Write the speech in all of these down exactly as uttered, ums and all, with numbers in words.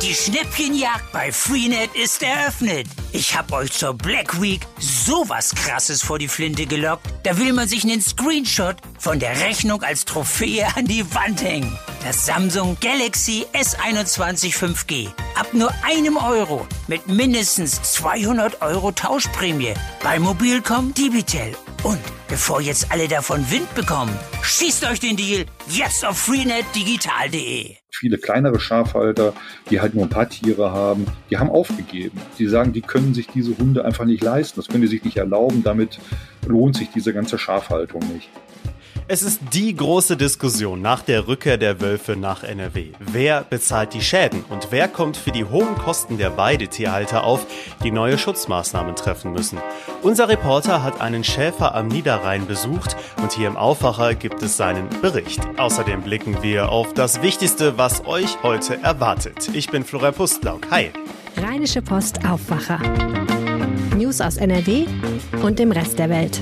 Die Schnäppchenjagd bei Freenet ist eröffnet. Ich hab euch zur Black Week sowas Krasses vor die Flinte gelockt. Da will man sich einen Screenshot von der Rechnung als Trophäe an die Wand hängen. Das Samsung Galaxy S einundzwanzig fünf G. Ab nur einem Euro mit mindestens zweihundert Euro Tauschprämie. Bei Mobilcom Dibitel. Und bevor jetzt alle davon Wind bekommen, schießt euch den Deal jetzt auf freenet digital punkt de. Viele kleinere Schafhalter, die halt nur ein paar Tiere haben, die haben aufgegeben. Die sagen, die können sich diese Hunde einfach nicht leisten. Das können die sich nicht erlauben. Damit lohnt sich diese ganze Schafhaltung nicht. Es ist die große Diskussion nach der Rückkehr der Wölfe nach N R W. Wer bezahlt die Schäden und wer kommt für die hohen Kosten der Weidetierhalter auf, die neue Schutzmaßnahmen treffen müssen? Unser Reporter hat einen Schäfer am Niederrhein besucht und hier im Aufwacher gibt es seinen Bericht. Außerdem blicken wir auf das Wichtigste, was euch heute erwartet. Ich bin Florian Pustlauk. Hi. Rheinische Post Aufwacher. News aus N R W und dem Rest der Welt.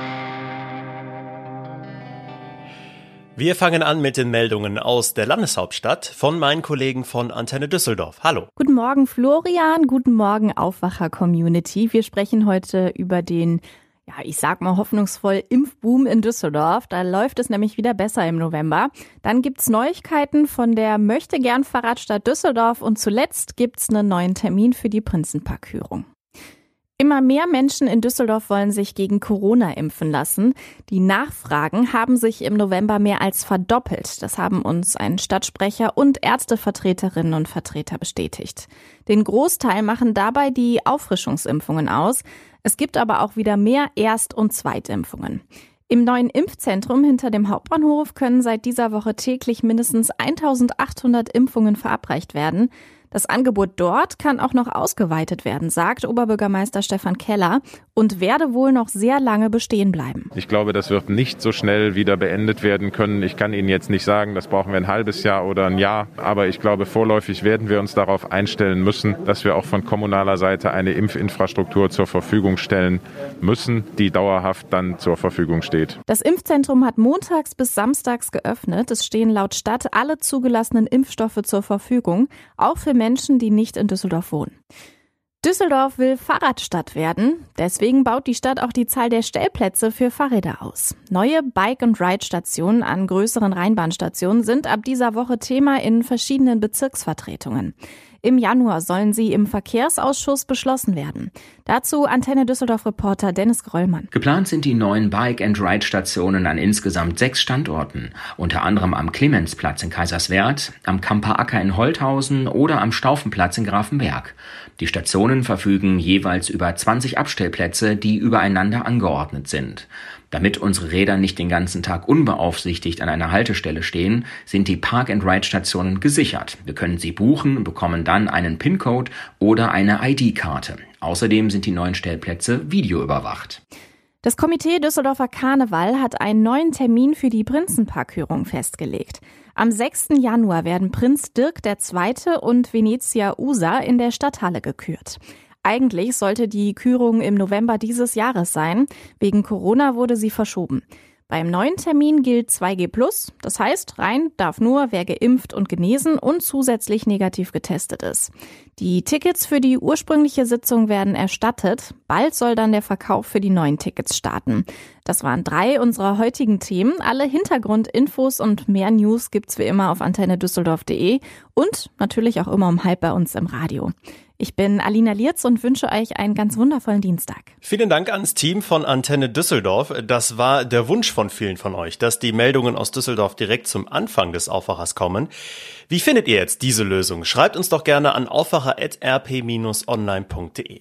Wir fangen an mit den Meldungen aus der Landeshauptstadt von meinen Kollegen von Antenne Düsseldorf. Hallo. Guten Morgen Florian, guten Morgen Aufwacher-Community. Wir sprechen heute über den, ja ich sag mal hoffnungsvoll, Impfboom in Düsseldorf. Da läuft es nämlich wieder besser im November. Dann gibt's Neuigkeiten von der Möchtegern-Fahrradstadt Düsseldorf und zuletzt gibt's einen neuen Termin für die Prinzenpark-Führung. Immer mehr Menschen in Düsseldorf wollen sich gegen Corona impfen lassen. Die Nachfragen haben sich im November mehr als verdoppelt. Das haben uns ein Stadtsprecher und Ärztevertreterinnen und Vertreter bestätigt. Den Großteil machen dabei die Auffrischungsimpfungen aus. Es gibt aber auch wieder mehr Erst- und Zweitimpfungen. Im neuen Impfzentrum hinter dem Hauptbahnhof können seit dieser Woche täglich mindestens eintausendachthundert Impfungen verabreicht werden. Das Angebot dort kann auch noch ausgeweitet werden, sagt Oberbürgermeister Stefan Keller, und werde wohl noch sehr lange bestehen bleiben. Ich glaube, das wird nicht so schnell wieder beendet werden können. Ich kann Ihnen jetzt nicht sagen, das brauchen wir ein halbes Jahr oder ein Jahr. Aber ich glaube, vorläufig werden wir uns darauf einstellen müssen, dass wir auch von kommunaler Seite eine Impfinfrastruktur zur Verfügung stellen müssen, die dauerhaft dann zur Verfügung steht. Das Impfzentrum hat montags bis samstags geöffnet. Es stehen laut Stadt alle zugelassenen Impfstoffe zur Verfügung, auch für Menschen, die nicht in Düsseldorf wohnen. Düsseldorf will Fahrradstadt werden. Deswegen baut die Stadt auch die Zahl der Stellplätze für Fahrräder aus. Neue Bike-and-Ride-Stationen an größeren Rheinbahnstationen sind ab dieser Woche Thema in verschiedenen Bezirksvertretungen. Im Januar sollen sie im Verkehrsausschuss beschlossen werden. Dazu Antenne Düsseldorf-Reporter Dennis Grollmann. Geplant sind die neuen Bike-and-Ride-Stationen an insgesamt sechs Standorten. Unter anderem am Clemenzplatz in Kaiserswerth, am Kamper-Acker in Holthausen oder am Staufenplatz in Grafenberg. Die Stationen verfügen jeweils über zwanzig Abstellplätze, die übereinander angeordnet sind. Damit unsere Räder nicht den ganzen Tag unbeaufsichtigt an einer Haltestelle stehen, sind die Park-and-Ride-Stationen gesichert. Wir können sie buchen und bekommen dann einen PIN-Code oder eine I D-Karte. Außerdem sind die neuen Stellplätze videoüberwacht. Das Komitee Düsseldorfer Karneval hat einen neuen Termin für die Prinzenpark-Führung festgelegt. Am sechsten Januar werden Prinz Dirk der Zweite und Venezia Usa in der Stadthalle gekürt. Eigentlich sollte die Kürung im November dieses Jahres sein. Wegen Corona wurde sie verschoben. Beim neuen Termin gilt zwei G plus, das heißt, rein darf nur, wer geimpft und genesen und zusätzlich negativ getestet ist. Die Tickets für die ursprüngliche Sitzung werden erstattet. Bald soll dann der Verkauf für die neuen Tickets starten. Das waren drei unserer heutigen Themen. Alle Hintergrundinfos und mehr News gibt's wie immer auf antenne düsseldorf punkt de und natürlich auch immer um halb bei uns im Radio. Ich bin Alina Lierz und wünsche euch einen ganz wundervollen Dienstag. Vielen Dank ans Team von Antenne Düsseldorf. Das war der Wunsch von vielen von euch, dass die Meldungen aus Düsseldorf direkt zum Anfang des Aufwachers kommen. Wie findet ihr jetzt diese Lösung? Schreibt uns doch gerne an aufwacher at r p dash online punkt de.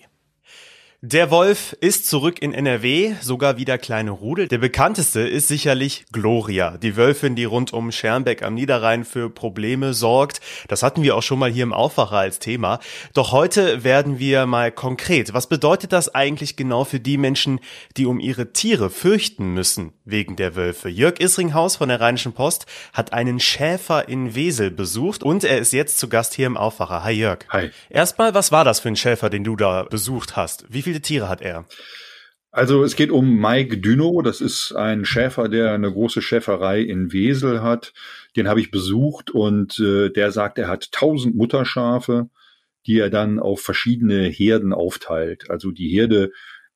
Der Wolf ist zurück in N R W, sogar wieder kleine Rudel. Der bekannteste ist sicherlich Gloria, die Wölfin, die rund um Schermbeck am Niederrhein für Probleme sorgt. Das hatten wir auch schon mal hier im Aufwacher als Thema. Doch heute werden wir mal konkret. Was bedeutet das eigentlich genau für die Menschen, die um ihre Tiere fürchten müssen wegen der Wölfe? Jörg Isringhaus von der Rheinischen Post hat einen Schäfer in Wesel besucht und er ist jetzt zu Gast hier im Aufwacher. Hi Jörg. Hi. Erstmal, was war das für ein Schäfer, den du da besucht hast? Wie viele Tiere hat er? Also es geht um Mike Dünow, das ist ein Schäfer, der eine große Schäferei in Wesel hat. Den habe ich besucht und äh, der sagt, er hat tausend Mutterschafe, die er dann auf verschiedene Herden aufteilt. Also die Herde,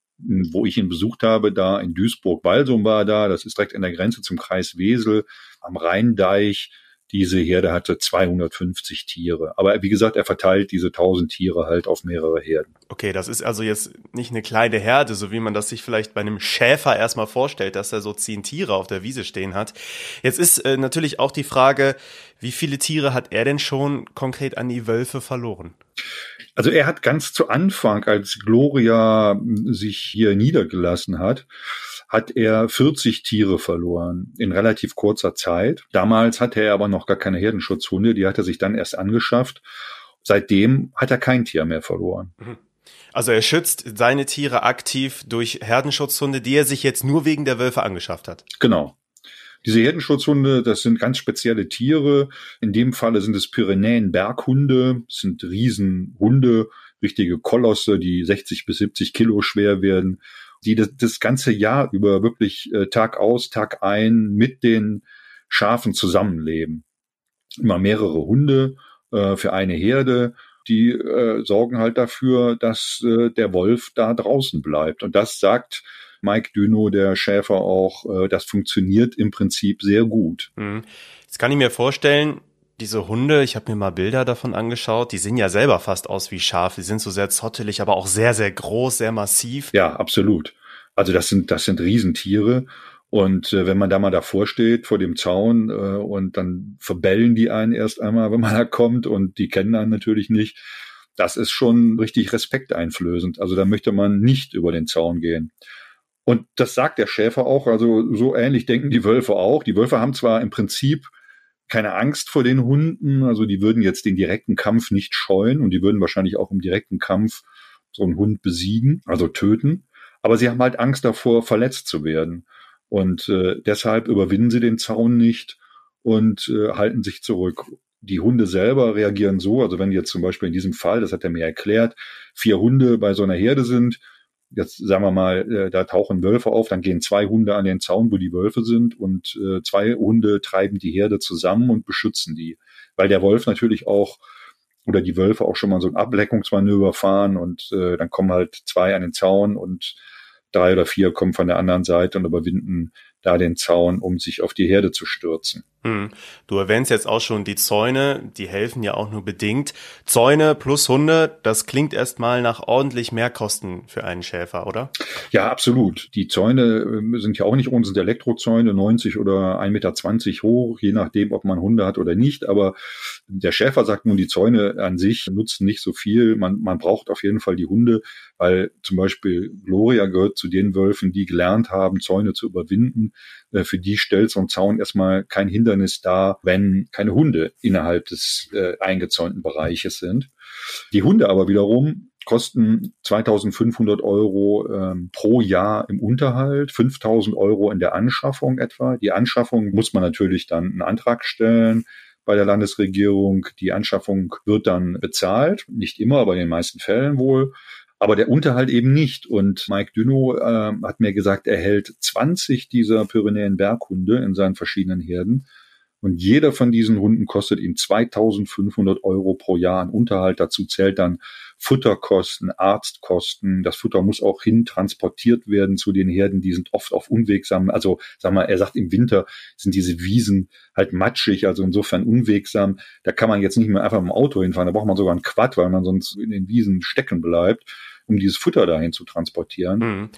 wo ich ihn besucht habe, da in Duisburg-Walsum war da, das ist direkt an der Grenze zum Kreis Wesel am Rheindeich. Diese Herde hatte zweihundertfünfzig Tiere. Aber wie gesagt, er verteilt diese tausend Tiere halt auf mehrere Herden. Okay, das ist also jetzt nicht eine kleine Herde, so wie man das sich vielleicht bei einem Schäfer erstmal vorstellt, dass er so zehn Tiere auf der Wiese stehen hat. Jetzt ist äh, natürlich auch die Frage, wie viele Tiere hat er denn schon konkret an die Wölfe verloren? Also er hat ganz zu Anfang, als Gloria sich hier niedergelassen hat, hat er vierzig Tiere verloren in relativ kurzer Zeit. Damals hatte er aber noch gar keine Herdenschutzhunde, die hat er sich dann erst angeschafft. Seitdem hat er kein Tier mehr verloren. Also er schützt seine Tiere aktiv durch Herdenschutzhunde, die er sich jetzt nur wegen der Wölfe angeschafft hat. Genau. Diese Herdenschutzhunde, das sind ganz spezielle Tiere. In dem Falle sind es Pyrenäen-Berghunde. Das sind Riesenhunde, richtige Kolosse, die sechzig bis siebzig Kilo schwer werden, die das, das ganze Jahr über wirklich äh, Tag aus, Tag ein mit den Schafen zusammenleben. Immer mehrere Hunde äh, für eine Herde, die äh, sorgen halt dafür, dass äh, der Wolf da draußen bleibt. Und das sagt Mike Dünow, der Schäfer, auch, äh, das funktioniert im Prinzip sehr gut. Jetzt kann ich mir vorstellen, diese Hunde, ich habe mir mal Bilder davon angeschaut, die sehen ja selber fast aus wie Schafe. Die sind so sehr zottelig, aber auch sehr, sehr groß, sehr massiv. Ja, absolut. Also das sind, das sind Riesentiere. Und äh, wenn man da mal davor steht, vor dem Zaun, äh, und dann verbellen die einen erst einmal, wenn man da kommt, und die kennen einen natürlich nicht, das ist schon richtig respekteinflößend. Also da möchte man nicht über den Zaun gehen. Und das sagt der Schäfer auch, also so ähnlich denken die Wölfe auch. Die Wölfe haben zwar im Prinzip keine Angst vor den Hunden, also die würden jetzt den direkten Kampf nicht scheuen und die würden wahrscheinlich auch im direkten Kampf so einen Hund besiegen, also töten. Aber sie haben halt Angst davor, verletzt zu werden. Und äh, deshalb überwinden sie den Zaun nicht und äh, halten sich zurück. Die Hunde selber reagieren so, also wenn jetzt zum Beispiel in diesem Fall, das hat er mir erklärt, vier Hunde bei so einer Herde sind, jetzt sagen wir mal, äh, da tauchen Wölfe auf, dann gehen zwei Hunde an den Zaun, wo die Wölfe sind, und äh, zwei Hunde treiben die Herde zusammen und beschützen die. Weil der Wolf natürlich auch, oder die Wölfe auch schon mal so ein Ableckungsmanöver fahren, und äh, dann kommen halt zwei an den Zaun und drei oder vier kommen von der anderen Seite und überwinden da den Zaun, um sich auf die Herde zu stürzen. Hm. Du erwähnst jetzt auch schon die Zäune, die helfen ja auch nur bedingt. Zäune plus Hunde, das klingt erstmal nach ordentlich Mehrkosten für einen Schäfer, oder? Ja, absolut. Die Zäune sind ja auch nicht ohne, sind Elektrozäune, neunzig oder ein Meter zwanzig hoch, je nachdem, ob man Hunde hat oder nicht. Aber der Schäfer sagt nun, die Zäune an sich nutzen nicht so viel. Man, man braucht auf jeden Fall die Hunde, weil zum Beispiel Gloria gehört zu den Wölfen, die gelernt haben, Zäune zu überwinden. Für die stellt so ein Zaun erstmal kein Hindernis dar, wenn keine Hunde innerhalb des äh, eingezäunten Bereiches sind. Die Hunde aber wiederum kosten zweitausendfünfhundert Euro ähm, pro Jahr im Unterhalt, fünftausend Euro in der Anschaffung etwa. Die Anschaffung muss man natürlich dann einen Antrag stellen bei der Landesregierung. Die Anschaffung wird dann bezahlt, nicht immer, aber in den meisten Fällen wohl. Aber der Unterhalt eben nicht. Und Mike Dünow äh, hat mir gesagt, er hält zwanzig dieser Pyrenäen-Berghunde in seinen verschiedenen Herden. Und jeder von diesen Hunden kostet ihm zweitausendfünfhundert Euro pro Jahr an Unterhalt. Dazu zählt dann Futterkosten, Arztkosten. Das Futter muss auch hin transportiert werden zu den Herden. Die sind oft auf unwegsam. Also, sag mal, er sagt, im Winter sind diese Wiesen halt matschig, also insofern unwegsam. Da kann man jetzt nicht mehr einfach mit dem Auto hinfahren. Da braucht man sogar einen Quad, weil man sonst in den Wiesen stecken bleibt, um dieses Futter dahin zu transportieren. Mhm.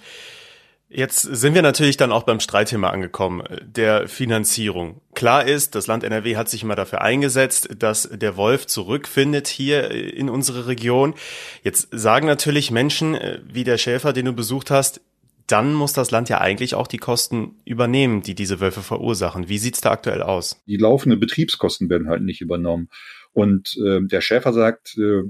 Jetzt sind wir natürlich dann auch beim Streitthema angekommen, der Finanzierung. Klar ist, das Land N R W hat sich immer dafür eingesetzt, dass der Wolf zurückfindet hier in unsere Region. Jetzt sagen natürlich Menschen wie der Schäfer, den du besucht hast, dann muss das Land ja eigentlich auch die Kosten übernehmen, die diese Wölfe verursachen. Wie sieht's da aktuell aus? Die laufenden Betriebskosten werden halt nicht übernommen. Und äh, der Schäfer sagt, äh,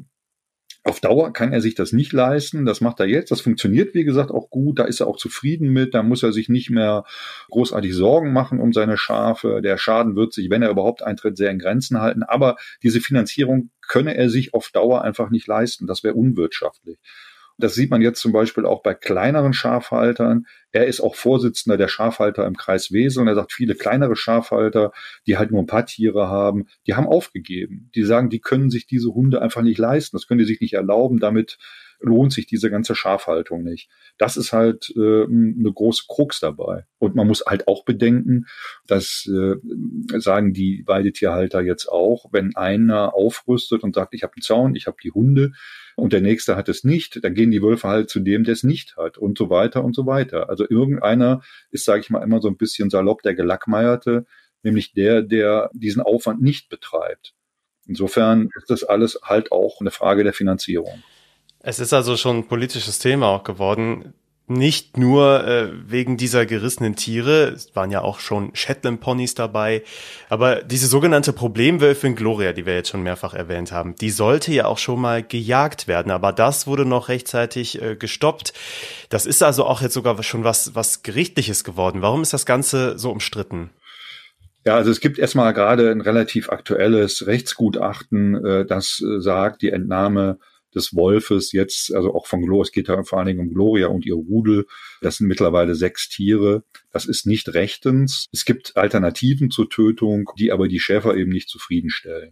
auf Dauer kann er sich das nicht leisten. Das macht er jetzt. Das funktioniert, wie gesagt, auch gut. Da ist er auch zufrieden mit. Da muss er sich nicht mehr großartig Sorgen machen um seine Schafe. Der Schaden wird sich, wenn er überhaupt eintritt, sehr in Grenzen halten. Aber diese Finanzierung könne er sich auf Dauer einfach nicht leisten. Das wäre unwirtschaftlich. Das sieht man jetzt zum Beispiel auch bei kleineren Schafhaltern. Er ist auch Vorsitzender der Schafhalter im Kreis Wesel und er sagt, viele kleinere Schafhalter, die halt nur ein paar Tiere haben, die haben aufgegeben. Die sagen, die können sich diese Hunde einfach nicht leisten. Das können die sich nicht erlauben. Damit lohnt sich diese ganze Schafhaltung nicht. Das ist halt äh, eine große Krux dabei. Und man muss halt auch bedenken, das äh, sagen die Weidetierhalter jetzt auch, wenn einer aufrüstet und sagt, ich habe einen Zaun, ich habe die Hunde und der Nächste hat es nicht, dann gehen die Wölfe halt zu dem, der es nicht hat und so weiter und so weiter. Also irgendeiner ist, sage ich mal, immer so ein bisschen salopp der Gelackmeierte, nämlich der, der diesen Aufwand nicht betreibt. Insofern ist das alles halt auch eine Frage der Finanzierung. Es ist also schon ein politisches Thema auch geworden. Nicht nur äh, wegen dieser gerissenen Tiere, es waren ja auch schon Shetland-Ponys dabei, aber diese sogenannte Problemwölfin Gloria, die wir jetzt schon mehrfach erwähnt haben, die sollte ja auch schon mal gejagt werden, aber das wurde noch rechtzeitig äh, gestoppt. Das ist also auch jetzt sogar schon was, was Gerichtliches geworden. Warum ist das Ganze so umstritten? Ja, also es gibt erstmal gerade ein relativ aktuelles Rechtsgutachten, äh, das äh, sagt, die Entnahme des Wolfes jetzt, also auch von Gloria, es geht da vor allen Dingen um Gloria und ihr Rudel, das sind mittlerweile sechs Tiere, das ist nicht rechtens. Es gibt Alternativen zur Tötung, die aber die Schäfer eben nicht zufriedenstellen.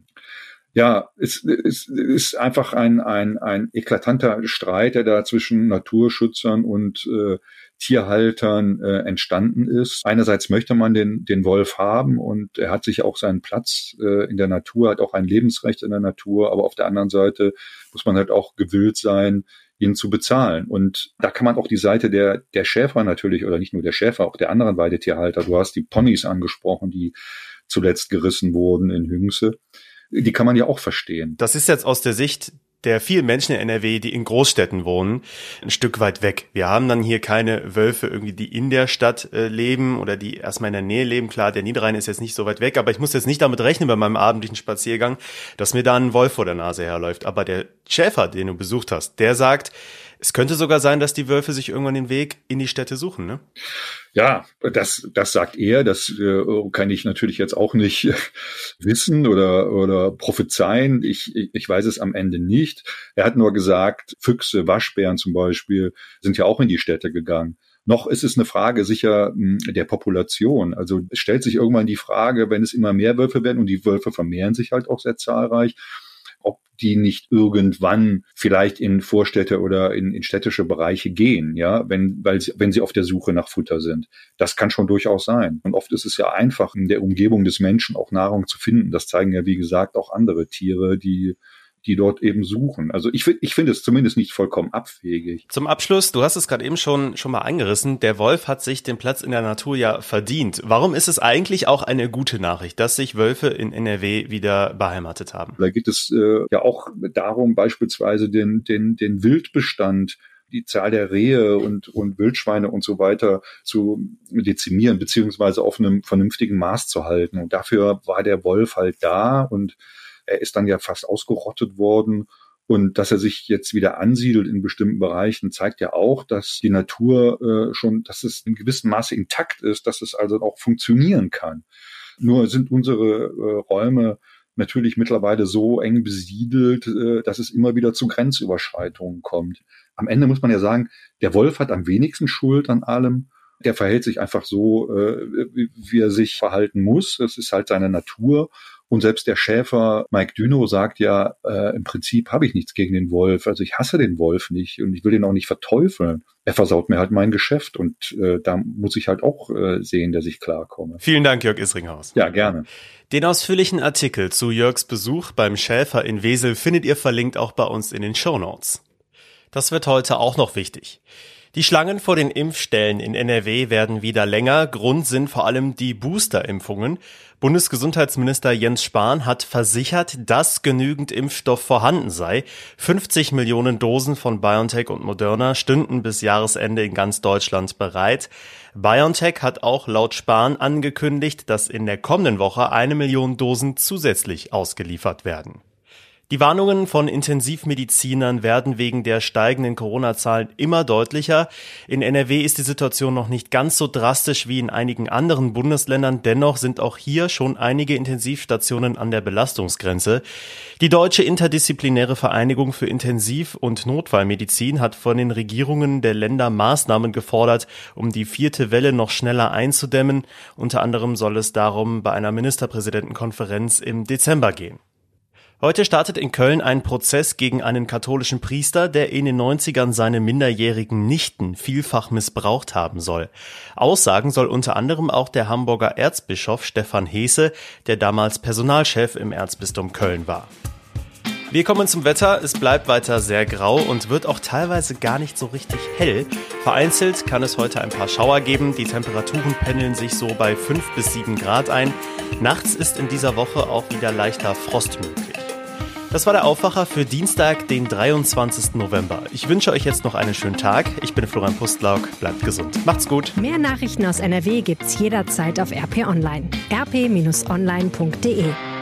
Ja, es, es ist einfach ein, ein, ein eklatanter Streit, der da zwischen Naturschützern und äh, Tierhaltern äh, entstanden ist. Einerseits möchte man den, den Wolf haben und er hat sich auch seinen Platz äh, in der Natur, hat auch ein Lebensrecht in der Natur, aber auf der anderen Seite muss man halt auch gewillt sein, ihn zu bezahlen. Und da kann man auch die Seite der, der Schäfer natürlich, oder nicht nur der Schäfer, auch der anderen Weidetierhalter, du hast die Ponys angesprochen, die zuletzt gerissen wurden in Hünxe, die kann man ja auch verstehen. Das ist jetzt aus der Sicht der vielen Menschen in N R W, die in Großstädten wohnen, ein Stück weit weg. Wir haben dann hier keine Wölfe irgendwie, die in der Stadt äh, leben oder die erstmal in der Nähe leben. Klar, der Niederrhein ist jetzt nicht so weit weg, aber ich muss jetzt nicht damit rechnen bei meinem abendlichen Spaziergang, dass mir da ein Wolf vor der Nase herläuft. Aber der Schäfer, den du besucht hast, der sagt, es könnte sogar sein, dass die Wölfe sich irgendwann den Weg in die Städte suchen, ne? Ja, das, das sagt er. Das äh, kann ich natürlich jetzt auch nicht äh, wissen oder, oder prophezeien. Ich, ich, ich weiß es am Ende nicht. Er hat nur gesagt, Füchse, Waschbären zum Beispiel sind ja auch in die Städte gegangen. Noch ist es eine Frage sicher mh, der Population. Also es stellt sich irgendwann die Frage, wenn es immer mehr Wölfe werden und die Wölfe vermehren sich halt auch sehr zahlreich, ob die nicht irgendwann vielleicht in Vorstädte oder in, in städtische Bereiche gehen, ja, wenn, weil sie, wenn sie auf der Suche nach Futter sind. Das kann schon durchaus sein. Und oft ist es ja einfach, in der Umgebung des Menschen auch Nahrung zu finden. Das zeigen ja, wie gesagt, auch andere Tiere, die die dort eben suchen. Also ich, ich finde es zumindest nicht vollkommen abwegig. Zum Abschluss, du hast es gerade eben schon schon mal angerissen, der Wolf hat sich den Platz in der Natur ja verdient. Warum ist es eigentlich auch eine gute Nachricht, dass sich Wölfe in N R W wieder beheimatet haben? Da geht es äh, ja auch darum, beispielsweise den, den, den Wildbestand, die Zahl der Rehe und, und Wildschweine und so weiter zu dezimieren, beziehungsweise auf einem vernünftigen Maß zu halten. Und dafür war der Wolf halt da und er ist dann ja fast ausgerottet worden. Und dass er sich jetzt wieder ansiedelt in bestimmten Bereichen, zeigt ja auch, dass die Natur äh, schon, dass es in gewissem Maße intakt ist, dass es also auch funktionieren kann. Nur sind unsere äh, Räume natürlich mittlerweile so eng besiedelt, äh, dass es immer wieder zu Grenzüberschreitungen kommt. Am Ende muss man ja sagen, der Wolf hat am wenigsten Schuld an allem. Der verhält sich einfach so, äh, wie er sich verhalten muss. Das ist halt seine Natur. Und selbst der Schäfer Mike Düno sagt ja, äh, im Prinzip habe ich nichts gegen den Wolf. Also ich hasse den Wolf nicht und ich will den auch nicht verteufeln. Er versaut mir halt mein Geschäft und äh, da muss ich halt auch äh, sehen, dass ich klarkomme. Vielen Dank, Jörg Isringhaus. Ja, gerne. Den ausführlichen Artikel zu Jörgs Besuch beim Schäfer in Wesel findet ihr verlinkt auch bei uns in den Shownotes. Das wird heute auch noch wichtig. Die Schlangen vor den Impfstellen in N R W werden wieder länger. Grund sind vor allem die Boosterimpfungen. Bundesgesundheitsminister Jens Spahn hat versichert, dass genügend Impfstoff vorhanden sei. fünfzig Millionen Dosen von BioNTech und Moderna stünden bis Jahresende in ganz Deutschland bereit. BioNTech hat auch laut Spahn angekündigt, dass in der kommenden Woche eine Million Dosen zusätzlich ausgeliefert werden. Die Warnungen von Intensivmedizinern werden wegen der steigenden Corona-Zahlen immer deutlicher. In N R W ist die Situation noch nicht ganz so drastisch wie in einigen anderen Bundesländern. Dennoch sind auch hier schon einige Intensivstationen an der Belastungsgrenze. Die Deutsche Interdisziplinäre Vereinigung für Intensiv- und Notfallmedizin hat von den Regierungen der Länder Maßnahmen gefordert, um die vierte Welle noch schneller einzudämmen. Unter anderem soll es darum bei einer Ministerpräsidentenkonferenz im Dezember gehen. Heute startet in Köln ein Prozess gegen einen katholischen Priester, der in den neunzigern seine minderjährigen Nichten vielfach missbraucht haben soll. Aussagen soll unter anderem auch der Hamburger Erzbischof Stefan Heese, der damals Personalchef im Erzbistum Köln war. Wir kommen zum Wetter. Es bleibt weiter sehr grau und wird auch teilweise gar nicht so richtig hell. Vereinzelt kann es heute ein paar Schauer geben. Die Temperaturen pendeln sich so bei fünf bis sieben Grad ein. Nachts ist in dieser Woche auch wieder leichter Frost möglich. Das war der Aufwacher für Dienstag, den dreiundzwanzigsten November. Ich wünsche euch jetzt noch einen schönen Tag. Ich bin Florian Pustlauk. Bleibt gesund. Macht's gut. Mehr Nachrichten aus N R W gibt's jederzeit auf R P Online. r p Bindestrich online punkt d e